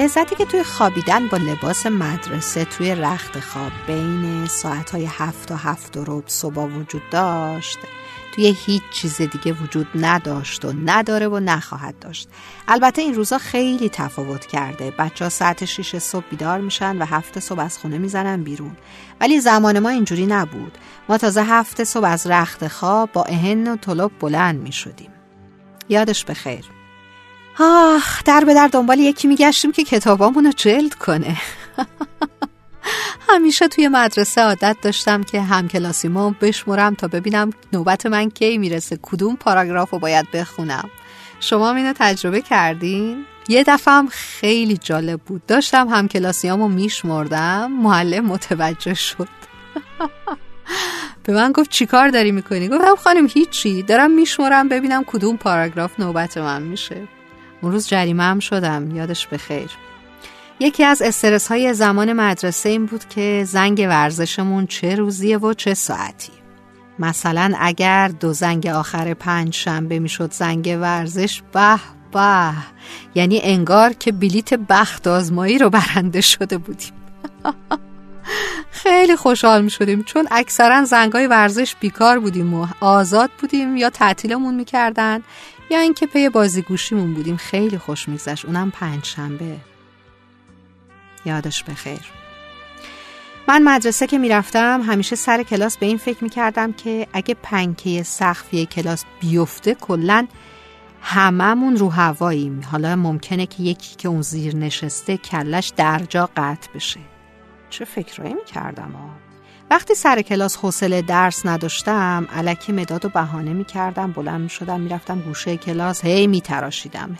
لذتی که توی خوابیدن با لباس مدرسه توی رخت خواب بین ساعتهای 7 تا 7:15 صبح وجود داشت، توی هیچ چیز دیگه وجود نداشت و نداره و نخواهد داشت. البته این روزا خیلی تفاوت کرده. بچه‌ها ساعت 6 صبح بیدار میشن و 7 صبح از خونه میزنن بیرون. ولی زمان ما اینجوری نبود. ما تازه 7 صبح از رخت خواب با اهن و طلب بلند میشدیم. یادش بخیر. در به در دنبال یکی میگشتیم که کتابامونو جلد کنه. همیشه توی مدرسه عادت داشتم که همکلاسیمو بشمرم تا ببینم نوبت من کی میرسه، کدوم پاراگرافو باید بخونم. شما اینو تجربه کردین؟ یه دفعه هم خیلی جالب بود. داشتم همکلاسیامو میشمردم، معلم متوجه شد. به من گفت چی کار داری میکنی؟ گفتم خانم هیچی، دارم میشمرم ببینم کدوم پاراگراف نوبت من میشه. اون روز جریمه هم شدم، یادش بخیر. یکی از استرس های زمان مدرسه این بود که زنگ ورزشمون چه روزیه و چه ساعتی. مثلا اگر 2 زنگ آخر 5 شنبه میشد زنگ ورزش، به یعنی انگار که بلیت بخت آزمایی رو برنده شده بودیم. خیلی خوشحال می شدیم چون اکثرا زنگای ورزش بیکار بودیم و آزاد بودیم، یا تعطیلمون میکردن یا اینکه پی بازیگوشیمون بودیم. خیلی خوش میگذشت، اونم 5 شنبه. یادش بخیر. من مدرسه که میرفتم همیشه سر کلاس به این فکر میکردم که اگه پنکه سقفی کلاس بیفته کلن هممون رو هواییم. حالا ممکنه که یکی که اون زیر نشسته کلش در جا قطع بشه. چه فکرایی میکردم وقتی سر کلاس حوصله درس نداشتم الکی مداد و بهانه میکردم، بلند میشدم میرفتم گوشه کلاس، هی میتراشیدم.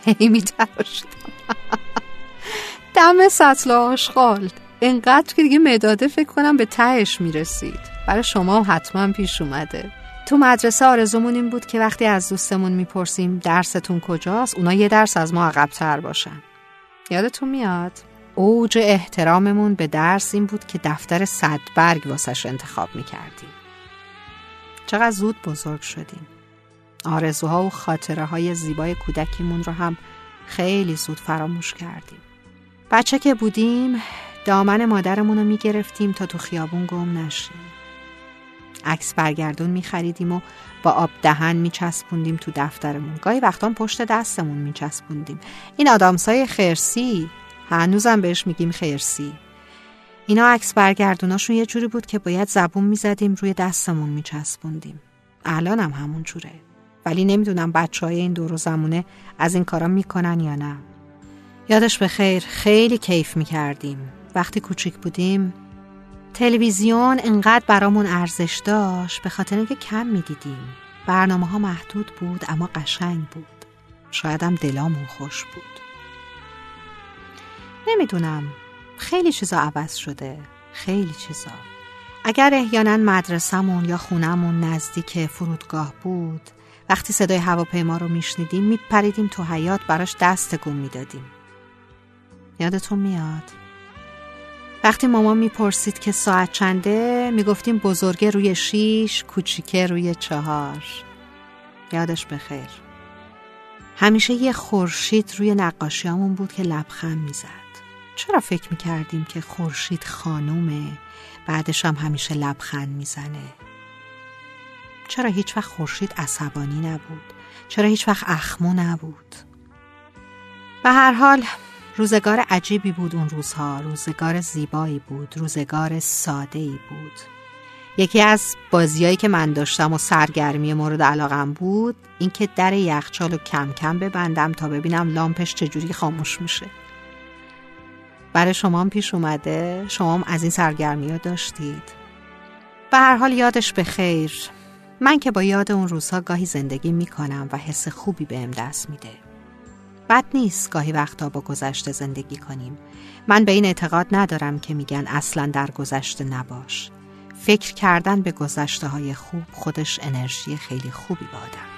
دم سطل آشغال اینقدر که دیگه مداده فکر کنم به تهش میرسید. برای شما حتما پیش اومده. تو مدرسه آرزومون این بود که وقتی از دوستمون میپرسیم درستون کجاست، اونا یه درس از ما عقب‌تر باشن. یادتون میاد؟ اوج احتراممون به درس این بود که دفتر 100 برگ واسش انتخاب میکردیم. چقدر زود بزرگ شدیم. آرزوها و خاطره های زیبای کودکیمون رو هم خیلی زود فراموش کردیم. بچه که بودیم دامن مادرمون رو میگرفتیم تا تو خیابون گم نشیم. عکس برگردون میخریدیم و با آب دهن میچسبوندیم تو دفترمون. گاهی وقتا پشت دستمون میچسبوندیم. این آدامسای خرسی، هنوزم بهش میگیم خرسی. اینا عکس برگردوناشون یه جوری بود که باید زبون میزدیم روی دستمون میچسبوندیم. الان هم همون جوره. ولی نمیدونم بچهای این دور و زمونه از این کارا میکنن یا نه. یادش بخیر، خیلی کیف میکردیم. وقتی کوچیک بودیم تلویزیون انقدر برامون ارزش داشت به خاطر اینکه کم میدیدیم. برنامه ها محدود بود اما قشنگ بود. شاید هم دلامون خوش بود. نمیدونم، خیلی چیزا عوض شده، خیلی چیزا. اگر احیانا مدرسمون یا خونمون نزدیک فرودگاه بود، وقتی صدای هواپیما رو میشنیدیم میپریدیم تو حیاط براش دست تکون میدادیم. یادتون میاد؟ وقتی مامان میپرسید که ساعت چنده میگفتیم بزرگه روی 6، کوچیکه روی 4. یادش بخیر. همیشه یه خورشید روی نقاشیامون بود که لبخند میزد. چرا فکر میکردیم که خورشید خانومه، بعدش هم همیشه لبخند میزنه؟ چرا هیچ وقت خورشید عصبانی نبود؟ چرا هیچ وقت اخمو نبود؟ به هر حال روزگار عجیبی بود اون روزها، روزگار زیبایی بود، روزگار ساده‌ای بود. یکی از بازیایی که من داشتم و سرگرمی مورد علاقم بود این که در یخچالو کم کم ببندم تا ببینم لامپش چجوری خاموش میشه. برای شما هم پیش اومده؟ شما هم از این سرگرمی ها داشتید؟ به هر حال یادش بخیر. من که با یاد اون روزها گاهی زندگی میکنم و حس خوبی بهم دست میده. بد نیست گاهی وقتا با گذشته زندگی کنیم. من به این اعتقاد ندارم که میگن اصلا در گذشته نباش. فکر کردن به گذشته های خوب خودش انرژی خیلی خوبی به آدم